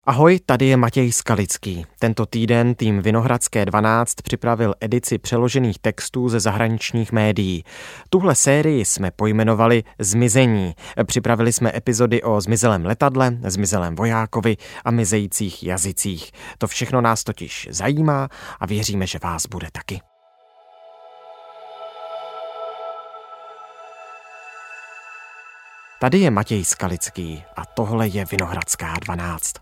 Ahoj, tady je Matěj Skalický. Tento týden tým Vinohradské 12 připravil edici přeložených textů ze zahraničních médií. Tuhle sérii jsme pojmenovali Zmizení. Připravili jsme epizody o zmizelém letadle, zmizelém vojákovi a mizejících jazycích. To všechno nás totiž zajímá a věříme, že vás bude taky. Tady je Matěj Skalický a tohle je Vinohradská 12.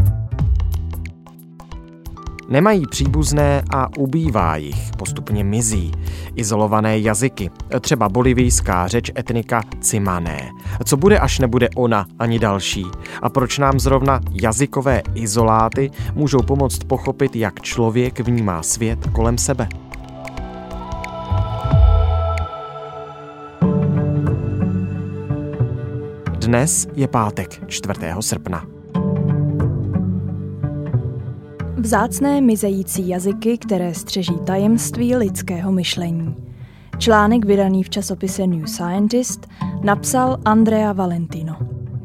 Nemají příbuzné a ubývá jich, postupně mizí. Izolované jazyky, třeba bolivijská řeč etnika Cimané. Co bude, až nebude ona ani další? A proč nám zrovna jazykové izoláty můžou pomoct pochopit, jak člověk vnímá svět kolem sebe? Dnes je pátek, 4. srpna. Vzácné mizející jazyky, které střeží tajemství lidského myšlení. Článek vydaný v časopise New Scientist napsal Andrea Valentino.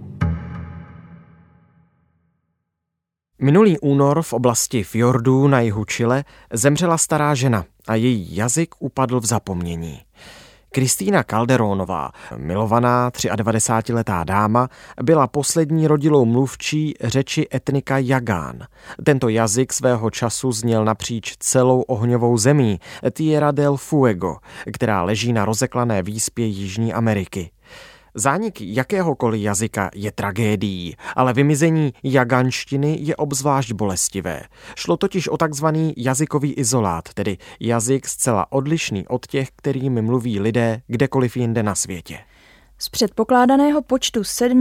Minulý únor v oblasti fjordů na jihu Chile zemřela stará žena a její jazyk upadl v zapomnění. Kristýna Calderónová, milovaná 93letá dáma, byla poslední rodilou mluvčí řeči etnika Yagán. Tento jazyk svého času zněl napříč celou ohňovou zemí Tierra del Fuego, která leží na rozeklané výspě Jižní Ameriky. Zánik jakéhokoliv jazyka je tragédií, ale vymizení jaganštiny je obzvlášť bolestivé. Šlo totiž o takzvaný jazykový izolát, tedy jazyk zcela odlišný od těch, kterými mluví lidé kdekoliv jinde na světě. Z předpokládaného počtu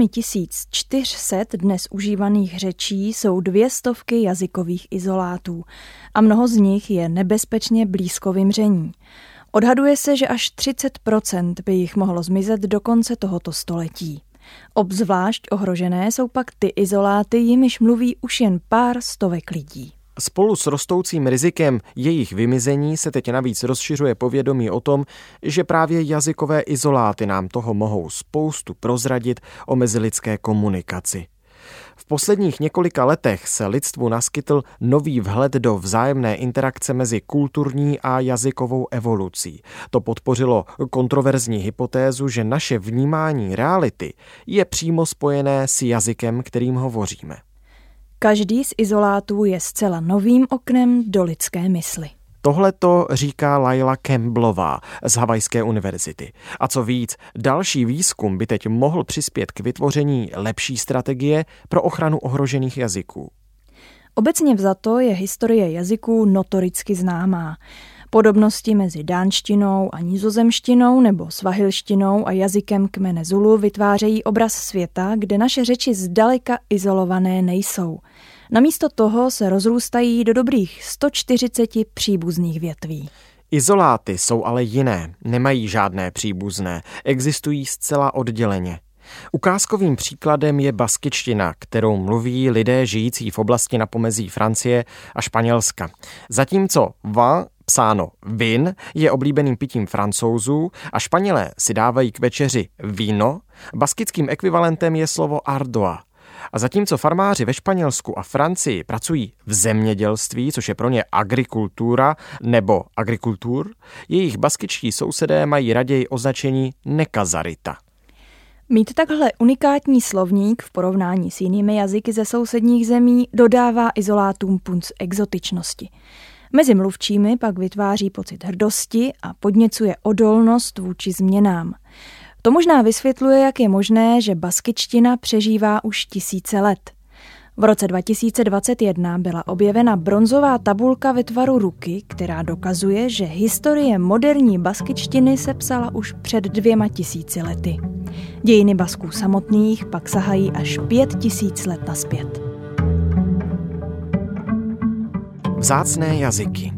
7400 dnes užívaných řečí jsou 200 jazykových izolátů a mnoho z nich je nebezpečně blízko vymření. Odhaduje se, že až 30% by jich mohlo zmizet do konce tohoto století. Obzvlášť ohrožené jsou pak ty izoláty, jimiž mluví už jen pár stovek lidí. Spolu s rostoucím rizikem jejich vymizení se teď navíc rozšiřuje povědomí o tom, že právě jazykové izoláty nám toho mohou spoustu prozradit o mezilidské komunikaci. V posledních několika letech se lidstvu naskytl nový vhled do vzájemné interakce mezi kulturní a jazykovou evolucí. To podpořilo kontroverzní hypotézu, že naše vnímání reality je přímo spojené s jazykem, kterým hovoříme. Každý z izolátů je zcela novým oknem do lidské mysli. Tohle to říká Laila Campbellová z Havajské univerzity. A co víc, další výzkum by teď mohl přispět k vytvoření lepší strategie pro ochranu ohrožených jazyků. Obecně vzato je historie jazyků notoricky známá. Podobnosti mezi dánštinou a nizozemštinou nebo svahilštinou a jazykem kmene Zulu vytvářejí obraz světa, kde naše řeči zdaleka izolované nejsou. Namísto toho se rozrůstají do dobrých 140 příbuzných větví. Izoláty jsou ale jiné, nemají žádné příbuzné, existují zcela odděleně. Ukázkovým příkladem je baskičtina, kterou mluví lidé žijící v oblasti na pomezí Francie a Španělska. Zatímco vin, psáno vin, je oblíbeným pitím Francouzů a Španělé si dávají k večeři víno, baskickým ekvivalentem je slovo ardoa. A zatímco farmáři ve Španělsku a Francii pracují v zemědělství, což je pro ně agrikultura nebo agrikultur, jejich baskičtí sousedé mají raději označení nekazarita. Mít takhle unikátní slovník v porovnání s jinými jazyky ze sousedních zemí dodává izolátům punc exotičnosti. Mezi mluvčími pak vytváří pocit hrdosti a podněcuje odolnost vůči změnám. To možná vysvětluje, jak je možné, že baskičtina přežívá už tisíce let. V roce 2021 byla objevena bronzová tabulka ve tvaru ruky, která dokazuje, že historie moderní baskičtiny se psala už před 2000 lety. Dějiny Basků samotných pak sahají až 5000 let nazpět. Vzácné jazyky.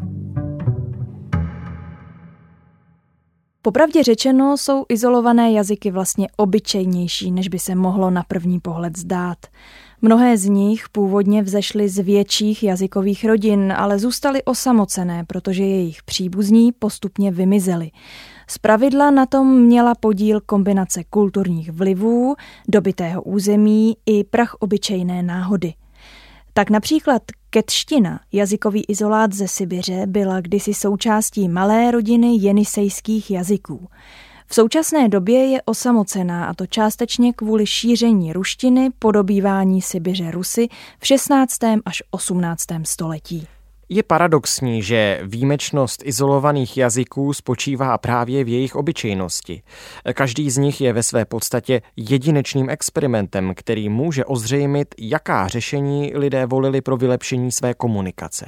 Popravdě řečeno jsou izolované jazyky vlastně obyčejnější, než by se mohlo na první pohled zdát. Mnohé z nich původně vzešly z větších jazykových rodin, ale zůstaly osamocené, protože jejich příbuzní postupně vymizeli. Zpravidla na tom měla podíl kombinace kulturních vlivů, dobytého území i prach obyčejné náhody. Tak například ketština, jazykový izolát ze Sibiře, byla kdysi součástí malé rodiny jenisejských jazyků. V současné době je osamocená, a to částečně kvůli šíření ruštiny po dobývání Sibiře Rusy v 16. až 18. století. Je paradoxní, že výjimečnost izolovaných jazyků spočívá právě v jejich obyčejnosti. Každý z nich je ve své podstatě jedinečným experimentem, který může ozřejmit, jaká řešení lidé volili pro vylepšení své komunikace.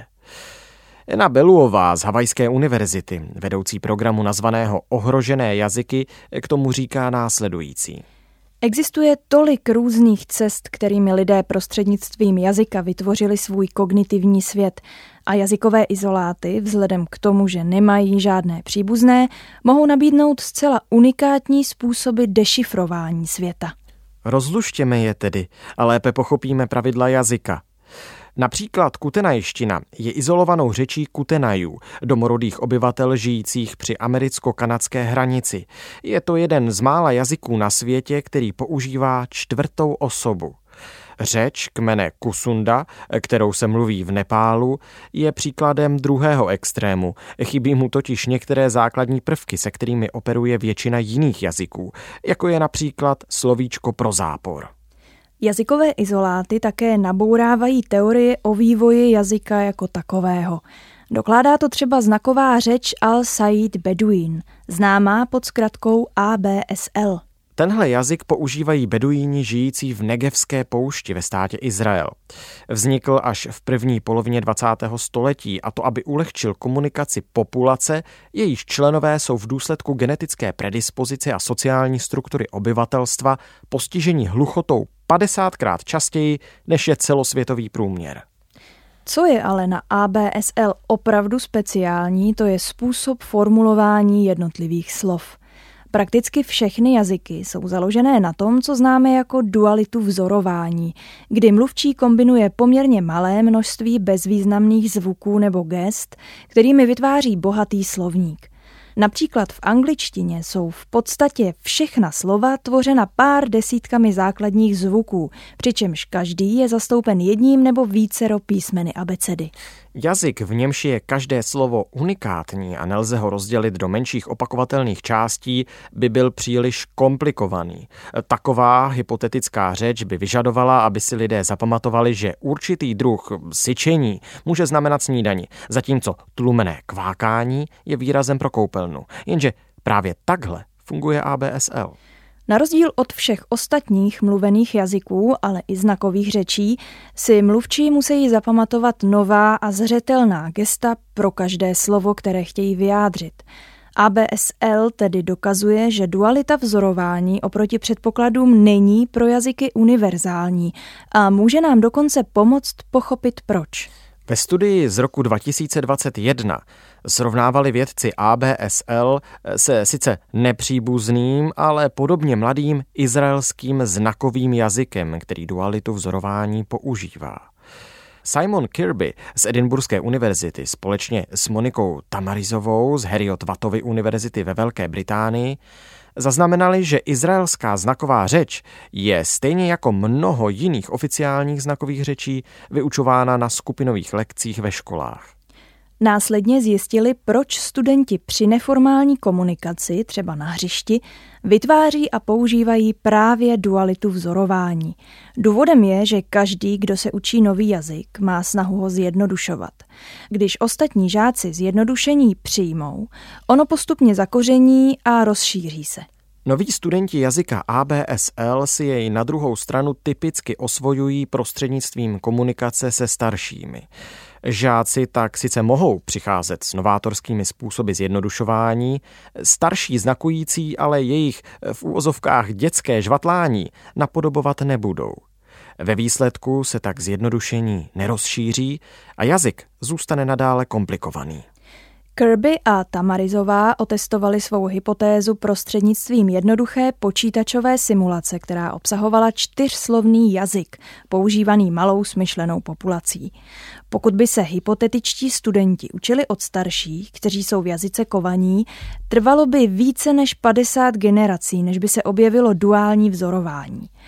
Anna Beluová z Havajské univerzity, vedoucí programu nazvaného Ohrožené jazyky, k tomu říká následující. Existuje tolik různých cest, kterými lidé prostřednictvím jazyka vytvořili svůj kognitivní svět, a jazykové izoláty, vzhledem k tomu, že nemají žádné příbuzné, mohou nabídnout zcela unikátní způsoby dešifrování světa. Rozluštěme je tedy a lépe pochopíme pravidla jazyka. Například kutenajština je izolovanou řečí kutenajů, domorodých obyvatel žijících při americko-kanadské hranici. Je to jeden z mála jazyků na světě, který používá čtvrtou osobu. Řeč kmene Kusunda, kterou se mluví v Nepálu, je příkladem druhého extrému. Chybí mu totiž některé základní prvky, se kterými operuje většina jiných jazyků, jako je například slovíčko pro zápor. Jazykové izoláty také nabourávají teorie o vývoji jazyka jako takového. Dokládá to třeba znaková řeč Al-Said Beduin, známá pod zkratkou ABSL. Tenhle jazyk používají beduíni žijící v Negevské poušti ve státě Izrael. Vznikl až v první polovině 20. století, a to aby ulehčil komunikaci populace, jejíž členové jsou v důsledku genetické predispozice a sociální struktury obyvatelstva postiženi hluchotou 50krát častěji, než je celosvětový průměr. Co je ale na ABSL opravdu speciální, to je způsob formulování jednotlivých slov. Prakticky všechny jazyky jsou založené na tom, co známe jako dualitu vzorování, kdy mluvčí kombinuje poměrně malé množství bezvýznamných zvuků nebo gest, kterými vytváří bohatý slovník. Například v angličtině jsou v podstatě všechna slova tvořena pár desítkami základních zvuků, přičemž každý je zastoupen jedním nebo vícero písmeny abecedy. Jazyk, v němž je každé slovo unikátní a nelze ho rozdělit do menších opakovatelných částí, by byl příliš komplikovaný. Taková hypotetická řeč by vyžadovala, aby si lidé zapamatovali, že určitý druh syčení může znamenat snídani, zatímco tlumené kvákání je výrazem pro koupelnu. Jenže právě takhle funguje ABSL. Na rozdíl od všech ostatních mluvených jazyků, ale i znakových řečí, si mluvčí musí zapamatovat nová a zřetelná gesta pro každé slovo, které chtějí vyjádřit. ABSL tedy dokazuje, že dualita vzorování oproti předpokladům není pro jazyky univerzální a může nám dokonce pomoct pochopit proč. Ve studii z roku 2021 srovnávali vědci ABSL se sice nepříbuzným, ale podobně mladým izraelským znakovým jazykem, který dualitu vzorování používá. Simon Kirby z Edinburghské univerzity společně s Monikou Tamarizovou z Heriot-Wattovy univerzity ve Velké Británii zaznamenali, že izraelská znaková řeč je stejně jako mnoho jiných oficiálních znakových řečí vyučována na skupinových lekcích ve školách. Následně zjistili, proč studenti při neformální komunikaci, třeba na hřišti, vytváří a používají právě dualitu vzorování. Důvodem je, že každý, kdo se učí nový jazyk, má snahu ho zjednodušovat. Když ostatní žáci zjednodušení přijmou, ono postupně zakoření a rozšíří se. Noví studenti jazyka ABSL si jej na druhou stranu typicky osvojují prostřednictvím komunikace se staršími. Žáci tak sice mohou přicházet s novátorskými způsoby zjednodušování, starší znakující ale jejich v úvozovkách dětské žvatlání napodobovat nebudou. Ve výsledku se tak zjednodušení nerozšíří a jazyk zůstane nadále komplikovaný. Kirby a Tamarizová otestovali svou hypotézu prostřednictvím jednoduché počítačové simulace, která obsahovala 4slovný jazyk, používaný malou smyšlenou populací. Pokud by se hypotetičtí studenti učili od starších, kteří jsou v jazyce kovaní, trvalo by více než 50 generací, než by se objevilo duální vzorování.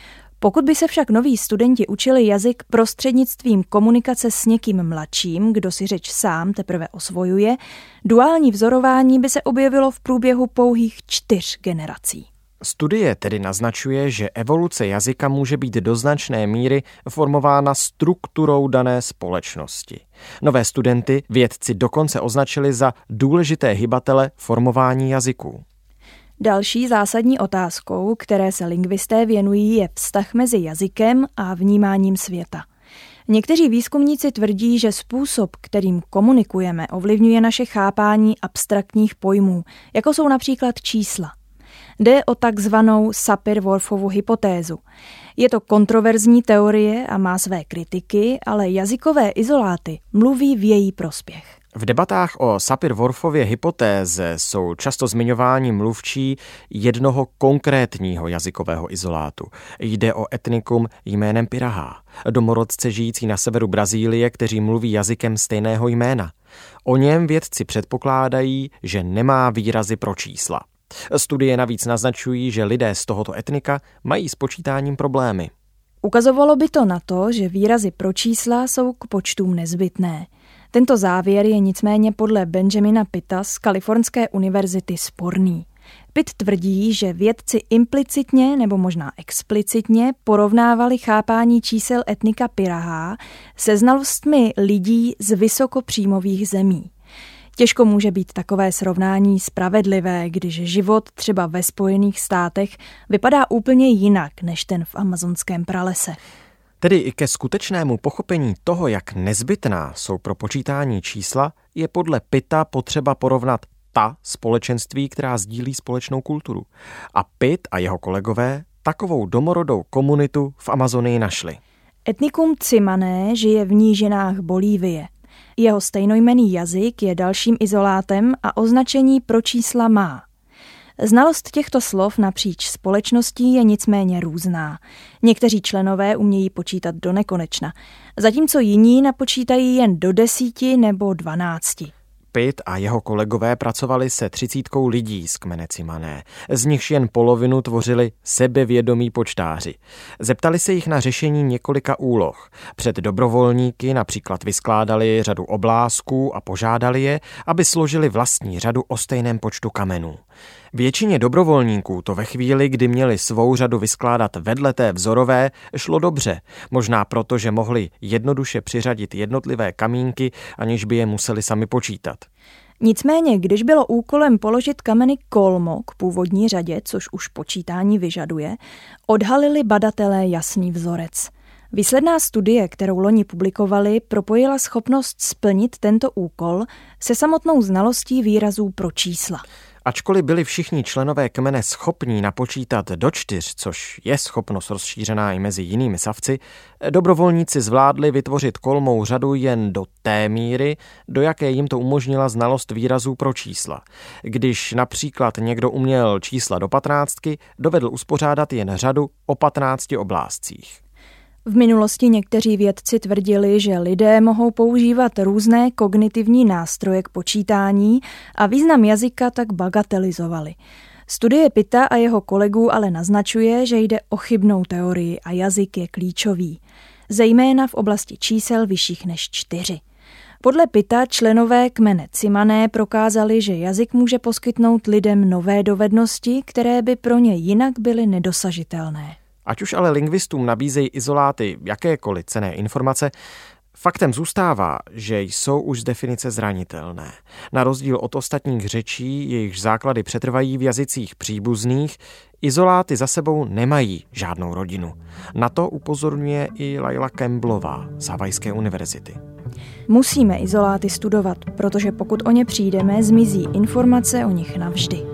Pokud by se však noví studenti učili jazyk prostřednictvím komunikace s někým mladším, kdo si řeč sám teprve osvojuje, duální vzorování by se objevilo v průběhu pouhých 4 generací. Studie tedy naznačuje, že evoluce jazyka může být do značné míry formována strukturou dané společnosti. Nové studenty vědci dokonce označili za důležité hybatele formování jazyků. Další zásadní otázkou, které se lingvisté věnují, je vztah mezi jazykem a vnímáním světa. Někteří výzkumníci tvrdí, že způsob, kterým komunikujeme, ovlivňuje naše chápání abstraktních pojmů, jako jsou například čísla. Jde o takzvanou Sapir-Whorfovu hypotézu. Je to kontroverzní teorie a má své kritiky, ale jazykové izoláty mluví v její prospěch. V debatách o Sapir-Whorfově hypotéze jsou často zmiňováni mluvčí jednoho konkrétního jazykového izolátu. Jde o etnikum jménem Pirahá, domorodce žijící na severu Brazílie, kteří mluví jazykem stejného jména. O něm vědci předpokládají, že nemá výrazy pro čísla. Studie navíc naznačují, že lidé z tohoto etnika mají s počítáním problémy. Ukazovalo by to na to, že výrazy pro čísla jsou k počtům nezbytné. Tento závěr je nicméně podle Benjamina Pitta z Kalifornské univerzity sporný. Pitt tvrdí, že vědci implicitně nebo možná explicitně porovnávali chápání čísel etnika Pirahá se znalostmi lidí z vysokopříjmových zemí. Těžko může být takové srovnání spravedlivé, když život třeba ve Spojených státech vypadá úplně jinak než ten v amazonském pralese. Tedy i ke skutečnému pochopení toho, jak nezbytná jsou pro počítání čísla, je podle Pitta potřeba porovnat ta společenství, která sdílí společnou kulturu. A Pitt a jeho kolegové takovou domorodou komunitu v Amazonii našli. Etnikum Tsimané žije v nížinách Bolívie. Jeho stejnojmenný jazyk je dalším izolátem a označení pro čísla má. Znalost těchto slov napříč společností je nicméně různá. Někteří členové umějí počítat do nekonečna, zatímco jiní napočítají jen do 10 nebo 12. Pitt a jeho kolegové pracovali se 30 lidí z kmene Tsimané. Z nichž jen polovinu tvořili sebevědomí počtáři. Zeptali se jich na řešení několika úloh. Před dobrovolníky například vyskládali řadu oblázků a požádali je, aby složili vlastní řadu o stejném počtu kamenů. Většině dobrovolníků to ve chvíli, kdy měli svou řadu vyskládat vedle té vzorové, šlo dobře. Možná proto, že mohli jednoduše přiřadit jednotlivé kamínky, aniž by je museli sami počítat. Nicméně, když bylo úkolem položit kameny kolmo k původní řadě, což už počítání vyžaduje, odhalili badatelé jasný vzorec. Výsledná studie, kterou loni publikovali, propojila schopnost splnit tento úkol se samotnou znalostí výrazů pro čísla. Ačkoliv byli všichni členové kmene schopní napočítat do 4, což je schopnost rozšířená i mezi jinými savci, dobrovolníci zvládli vytvořit kolmou řadu jen do té míry, do jaké jim to umožnila znalost výrazů pro čísla. Když například někdo uměl čísla do 15, dovedl uspořádat jen řadu o 15 oblázcích. V minulosti někteří vědci tvrdili, že lidé mohou používat různé kognitivní nástroje k počítání a význam jazyka tak bagatelizovali. Studie Pitta a jeho kolegů ale naznačuje, že jde o chybnou teorii a jazyk je klíčový, zejména v oblasti čísel vyšších než 4. Podle Pitta členové kmene Tsimané prokázali, že jazyk může poskytnout lidem nové dovednosti, které by pro ně jinak byly nedosažitelné. Ať už ale lingvistům nabízejí izoláty jakékoliv cenné informace, faktem zůstává, že jsou už z definice zranitelné. Na rozdíl od ostatních řečí, jejichž základy přetrvají v jazycích příbuzných, izoláty za sebou nemají žádnou rodinu. Na to upozorňuje i Laila Campbellová z Havajské univerzity. Musíme izoláty studovat, protože pokud o ně přijdeme, zmizí informace o nich navždy.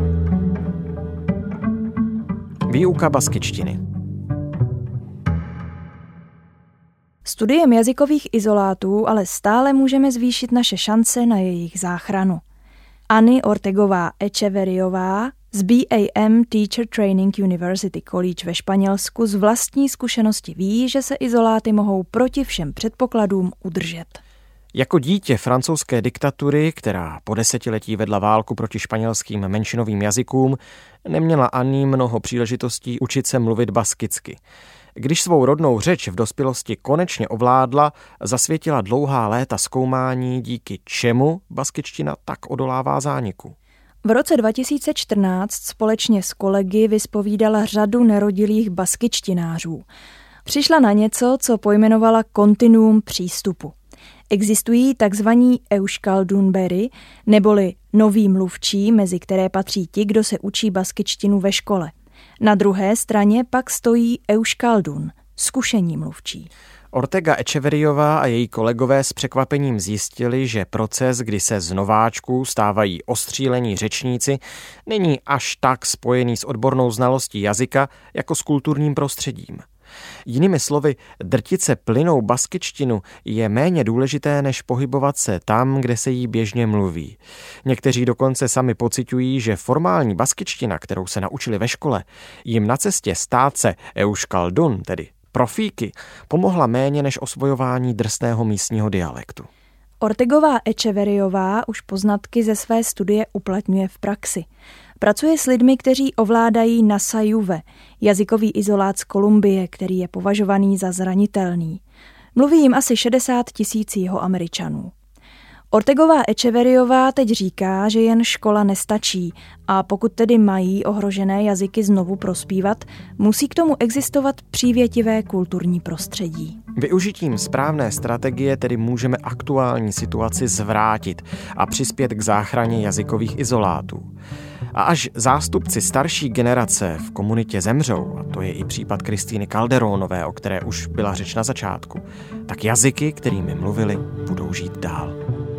Výuka baskičtiny. Studiem jazykových izolátů ale stále můžeme zvýšit naše šance na jejich záchranu. Anny Ortegová Echeveriová z BAM Teacher Training University College ve Španělsku z vlastní zkušenosti ví, že se izoláty mohou proti všem předpokladům udržet. Jako dítě francouzské diktatury, která po desetiletí vedla válku proti španělským menšinovým jazykům, neměla Anny mnoho příležitostí učit se mluvit baskicky. Když svou rodnou řeč v dospělosti konečně ovládla, zasvětila dlouhá léta zkoumání, díky čemu baskičtina tak odolává zániku. V roce 2014 společně s kolegy vyspovídala řadu nerodilých baskičtinářů. Přišla na něco, co pojmenovala kontinuum přístupu. Existují takzvaní Euskaldunberry, neboli noví mluvčí, mezi které patří ti, kdo se učí baskičtinu ve škole. Na druhé straně pak stojí Euskaldun, zkušení mluvčí. Ortega Echeverriová a její kolegové s překvapením zjistili, že proces, kdy se z nováčků stávají ostřílení řečníci, není až tak spojený s odbornou znalostí jazyka jako s kulturním prostředím. Jinými slovy, drtit se plynou baskičtinu je méně důležité, než pohybovat se tam, kde se jí běžně mluví. Někteří dokonce sami pociťují, že formální baskičtina, kterou se naučili ve škole, jim na cestě stát se Euskaldun, tedy profíky, pomohla méně než osvojování drsného místního dialektu. Ortegová Echeverriová už poznatky ze své studie uplatňuje v praxi. Pracuje s lidmi, kteří ovládají Nasa-Juve, jazykový izolát z Kolumbie, který je považovaný za zranitelný. Mluví jim asi 60 000 Jihoameričanů. Ortegová Echeverriová teď říká, že jen škola nestačí a pokud tedy mají ohrožené jazyky znovu prospívat, musí k tomu existovat přívětivé kulturní prostředí. Využitím správné strategie tedy můžeme aktuální situaci zvrátit a přispět k záchraně jazykových izolátů. A až zástupci starší generace v komunitě zemřou, a to je i případ Kristýny Calderónové, o které už byla řeč na začátku, tak jazyky, kterými mluvili, budou žít dál.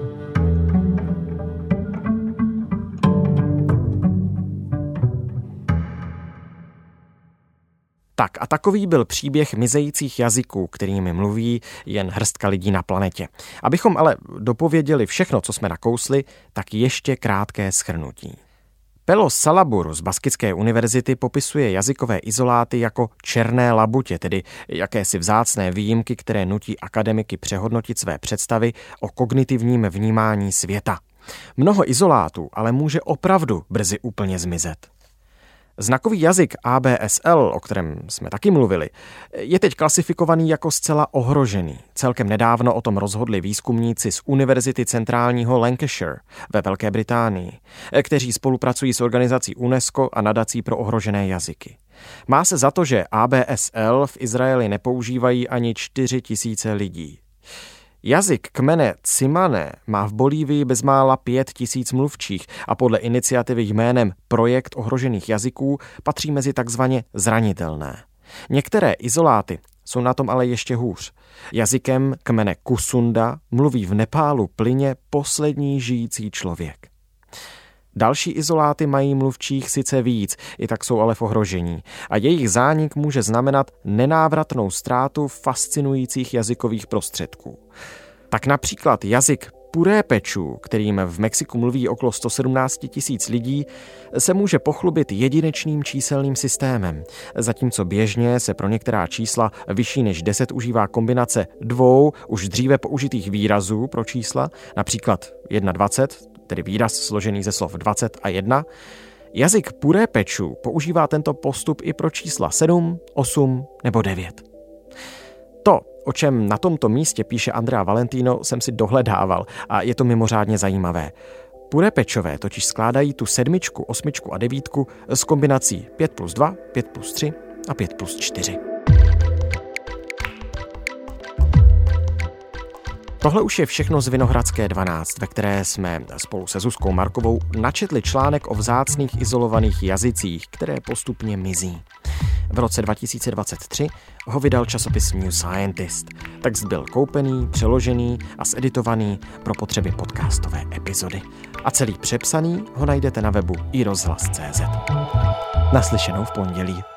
Tak a takový byl příběh mizejících jazyků, kterými mluví jen hrstka lidí na planetě. Abychom ale dopověděli všechno, co jsme nakousli, tak ještě krátké shrnutí. Pelos Salaburu z Baskické univerzity popisuje jazykové izoláty jako černé labutě, tedy jakési vzácné výjimky, které nutí akademiky přehodnotit své představy o kognitivním vnímání světa. Mnoho izolátů ale může opravdu brzy úplně zmizet. Znakový jazyk ABSL, o kterém jsme taky mluvili, je teď klasifikovaný jako zcela ohrožený. Celkem nedávno o tom rozhodli výzkumníci z Univerzity centrálního Lancashire ve Velké Británii, kteří spolupracují s organizací UNESCO a nadací pro ohrožené jazyky. Má se za to, že ABSL v Izraeli nepoužívají ani 4 000 lidí. Jazyk kmene Tsimane má v Bolívii bezmála 5 000 mluvčích a podle iniciativy jménem Projekt ohrožených jazyků patří mezi takzvaně zranitelné. Některé izoláty jsou na tom ale ještě hůř. Jazykem kmene Kusunda mluví v Nepálu plyně poslední žijící člověk. Další izoláty mají mluvčích sice víc, i tak jsou ale v ohrožení a jejich zánik může znamenat nenávratnou ztrátu fascinujících jazykových prostředků. Tak například jazyk Purépečů, kterým v Mexiku mluví okolo 117 000 lidí, se může pochlubit jedinečným číselným systémem, zatímco běžně se pro některá čísla vyšší než 10 užívá kombinace 2 už dříve použitých výrazů pro čísla, například 21, tedy výraz složený ze slov 20 a 1. Jazyk Purépečů používá tento postup i pro čísla 7, 8 nebo 9. To, o čem na tomto místě píše Andrea Valentino, jsem si dohledával a je to mimořádně zajímavé. Purépečové totiž skládají tu 7, 8 a 9 s kombinací 5+2, 5+3 a 5+4. Tohle už je všechno z Vinohradské 12, ve které jsme spolu se Zuzkou Markovou načetli článek o vzácných izolovaných jazycích, které postupně mizí. V roce 2023 ho vydal časopis New Scientist. Text byl koupený, přeložený a zeditovaný pro potřeby podcastové epizody. A celý přepsaný ho najdete na webu iRozhlas.cz. Naslyšenou v pondělí.